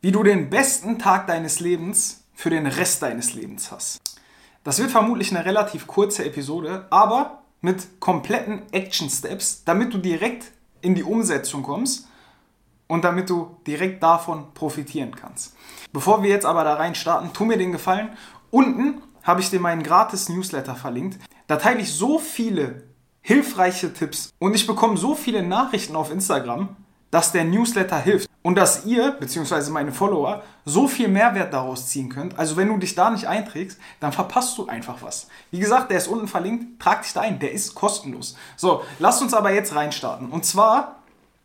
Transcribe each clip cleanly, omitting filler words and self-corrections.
wie du den besten Tag deines Lebens für den Rest deines Lebens hast. Das wird vermutlich eine relativ kurze Episode, aber mit kompletten Action-Steps, damit du direkt in die Umsetzung kommst und damit du direkt davon profitieren kannst. Bevor wir jetzt aber da rein starten, tu mir den Gefallen. Unten habe ich dir meinen gratis Newsletter verlinkt. Da teile ich so viele hilfreiche Tipps und ich bekomme so viele Nachrichten auf Instagram, dass der Newsletter hilft und dass ihr, beziehungsweise meine Follower, so viel Mehrwert daraus ziehen könnt. Also wenn du dich da nicht einträgst, dann verpasst du einfach was. Wie gesagt, der ist unten verlinkt, trag dich da ein, der ist kostenlos. So, lasst uns aber jetzt reinstarten. Und zwar,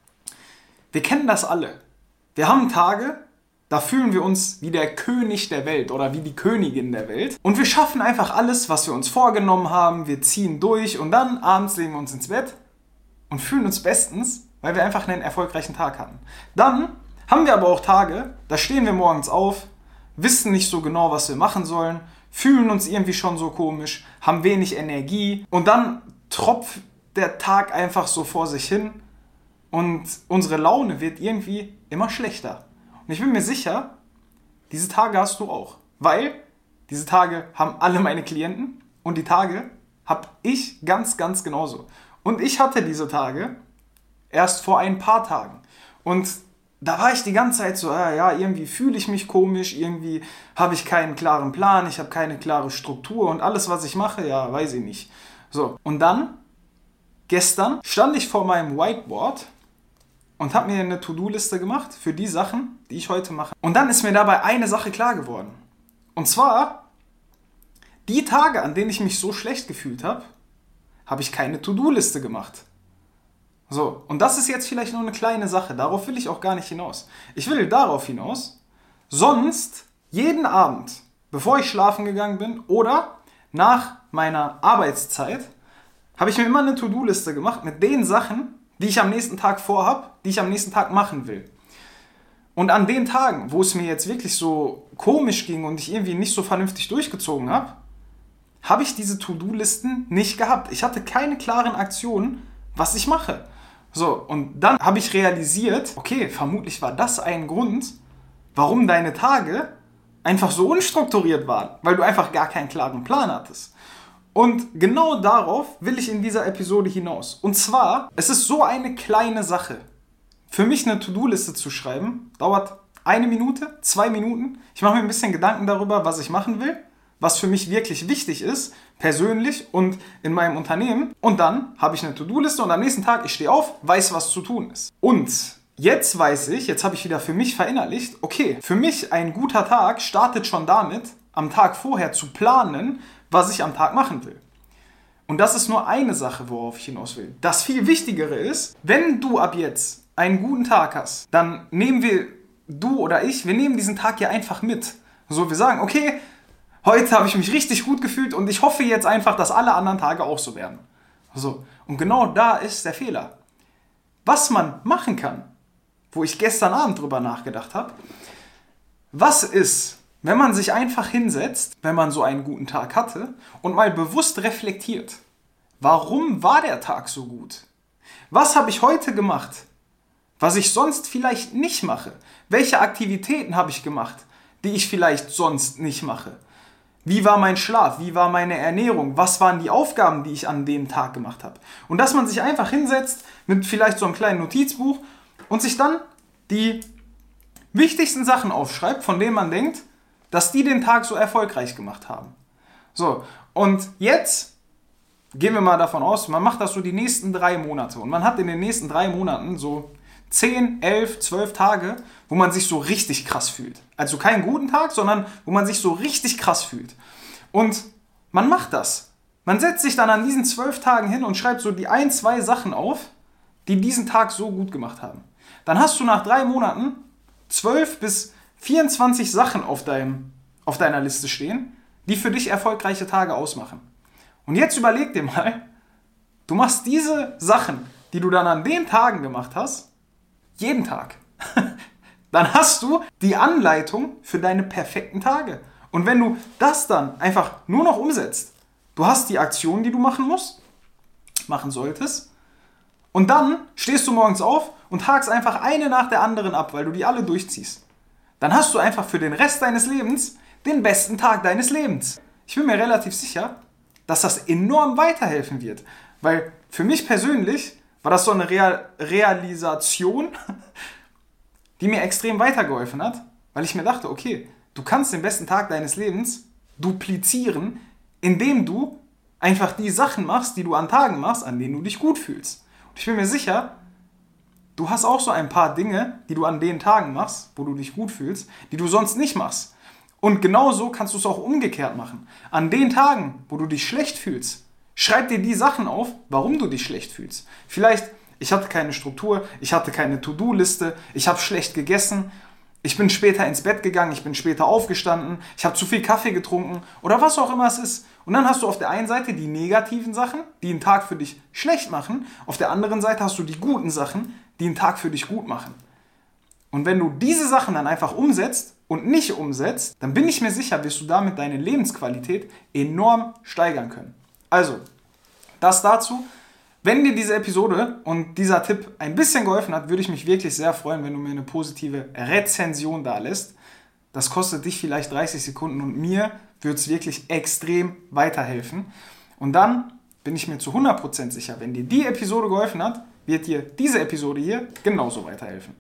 wir kennen das alle. Wir haben Tage, da fühlen wir uns wie der König der Welt oder wie die Königin der Welt. Und wir schaffen einfach alles, was wir uns vorgenommen haben. Wir ziehen durch und dann abends legen wir uns ins Bett und fühlen uns bestens, weil wir einfach einen erfolgreichen Tag hatten. Dann haben wir aber auch Tage, da stehen wir morgens auf, wissen nicht so genau, was wir machen sollen, fühlen uns irgendwie schon so komisch, haben wenig Energie und dann tropft der Tag einfach so vor sich hin und unsere Laune wird irgendwie immer schlechter. Und ich bin mir sicher, diese Tage hast du auch, weil diese Tage haben alle meine Klienten und die Tage habe ich ganz, ganz genauso. Und ich hatte diese Tage erst vor ein paar Tagen. Und da war ich die ganze Zeit so, irgendwie fühle ich mich komisch, irgendwie habe ich keinen klaren Plan, ich habe keine klare Struktur und alles, was ich mache, weiß ich nicht. So, und dann, gestern, stand ich vor meinem Whiteboard und habe mir eine To-Do-Liste gemacht für die Sachen, die ich heute mache. Und dann ist mir dabei eine Sache klar geworden. Und zwar, die Tage, an denen ich mich so schlecht gefühlt habe, habe ich keine To-Do-Liste gemacht. So, und das ist jetzt vielleicht nur eine kleine Sache, darauf will ich auch gar nicht hinaus. Ich will darauf hinaus, sonst jeden Abend, bevor ich schlafen gegangen bin oder nach meiner Arbeitszeit, habe ich mir immer eine To-Do-Liste gemacht mit den Sachen, die ich am nächsten Tag vorhab, die ich am nächsten Tag machen will. Und an den Tagen, wo es mir jetzt wirklich so komisch ging und ich irgendwie nicht so vernünftig durchgezogen habe, habe ich diese To-Do-Listen nicht gehabt. Ich hatte keine klaren Aktionen, was ich mache. So, und dann habe ich realisiert, okay, vermutlich war das ein Grund, warum deine Tage einfach so unstrukturiert waren, weil du einfach gar keinen klaren Plan hattest. Und genau darauf will ich in dieser Episode hinaus. Und zwar, es ist so eine kleine Sache. Für mich eine To-Do-Liste zu schreiben, dauert 1 Minute, 2 Minuten. Ich mache mir ein bisschen Gedanken darüber, was ich machen will, was für mich wirklich wichtig ist, persönlich und in meinem Unternehmen. Und dann habe ich eine To-Do-Liste und am nächsten Tag, ich stehe auf, weiß, was zu tun ist. Und jetzt weiß ich, jetzt habe ich wieder für mich verinnerlicht, okay, für mich ein guter Tag startet schon damit, am Tag vorher zu planen, was ich am Tag machen will. Und das ist nur eine Sache, worauf ich hinaus will. Das viel Wichtigere ist, wenn du ab jetzt einen guten Tag hast, dann nehmen du oder ich, wir nehmen diesen Tag ja einfach mit. So, wir sagen, okay, heute habe ich mich richtig gut gefühlt und ich hoffe jetzt einfach, dass alle anderen Tage auch so werden. So, und genau da ist der Fehler. Was man machen kann, wo ich gestern Abend drüber nachgedacht habe, was ist, wenn man sich einfach hinsetzt, wenn man so einen guten Tag hatte und mal bewusst reflektiert, warum war der Tag so gut? Was habe ich heute gemacht, was ich sonst vielleicht nicht mache? Welche Aktivitäten habe ich gemacht, die ich vielleicht sonst nicht mache? Wie war mein Schlaf? Wie war meine Ernährung? Was waren die Aufgaben, die ich an dem Tag gemacht habe? Und dass man sich einfach hinsetzt mit vielleicht so einem kleinen Notizbuch und sich dann die wichtigsten Sachen aufschreibt, von denen man denkt, dass die den Tag so erfolgreich gemacht haben. So, und jetzt gehen wir mal davon aus, man macht das so die nächsten 3 Monate und man hat in den nächsten 3 Monaten so 10, 11, 12 Tage, wo man sich so richtig krass fühlt. Also keinen guten Tag, sondern wo man sich so richtig krass fühlt. Und man macht das. Man setzt sich dann an diesen 12 Tagen hin und schreibt so die 1, 2 Sachen auf, die diesen Tag so gut gemacht haben. Dann hast du nach 3 Monaten 12 bis 24 Sachen auf deiner Liste stehen, die für dich erfolgreiche Tage ausmachen. Und jetzt überleg dir mal, du machst diese Sachen, die du dann an den Tagen gemacht hast, jeden Tag. Dann hast du die Anleitung für deine perfekten Tage. Und wenn du das dann einfach nur noch umsetzt, du hast die Aktion, die du machen solltest, und dann stehst du morgens auf und hakst einfach eine nach der anderen ab, weil du die alle durchziehst. dann hast du einfach für den Rest deines Lebens den besten Tag deines Lebens. Ich bin mir relativ sicher, dass das enorm weiterhelfen wird. Weil für mich persönlich war das so eine Realisation, die mir extrem weitergeholfen hat, weil ich mir dachte, okay, du kannst den besten Tag deines Lebens duplizieren, indem du einfach die Sachen machst, die du an Tagen machst, an denen du dich gut fühlst. Und ich bin mir sicher, du hast auch so ein paar Dinge, die du an den Tagen machst, wo du dich gut fühlst, die du sonst nicht machst. Und genauso kannst du es auch umgekehrt machen. An den Tagen, wo du dich schlecht fühlst, schreib dir die Sachen auf, warum du dich schlecht fühlst. Vielleicht, ich hatte keine Struktur, ich hatte keine To-Do-Liste, ich habe schlecht gegessen, ich bin später ins Bett gegangen, ich bin später aufgestanden, ich habe zu viel Kaffee getrunken oder was auch immer es ist. Und dann hast du auf der einen Seite die negativen Sachen, die einen Tag für dich schlecht machen. Auf der anderen Seite hast du die guten Sachen, die einen Tag für dich gut machen. Und wenn du diese Sachen dann einfach umsetzt und nicht umsetzt, dann bin ich mir sicher, wirst du damit deine Lebensqualität enorm steigern können. Also, das dazu. Wenn dir diese Episode und dieser Tipp ein bisschen geholfen hat, würde ich mich wirklich sehr freuen, wenn du mir eine positive Rezension da lässt. Das kostet dich vielleicht 30 Sekunden und mir wird es wirklich extrem weiterhelfen. Und dann bin ich mir zu 100% sicher, wenn dir die Episode geholfen hat, wird dir diese Episode hier genauso weiterhelfen.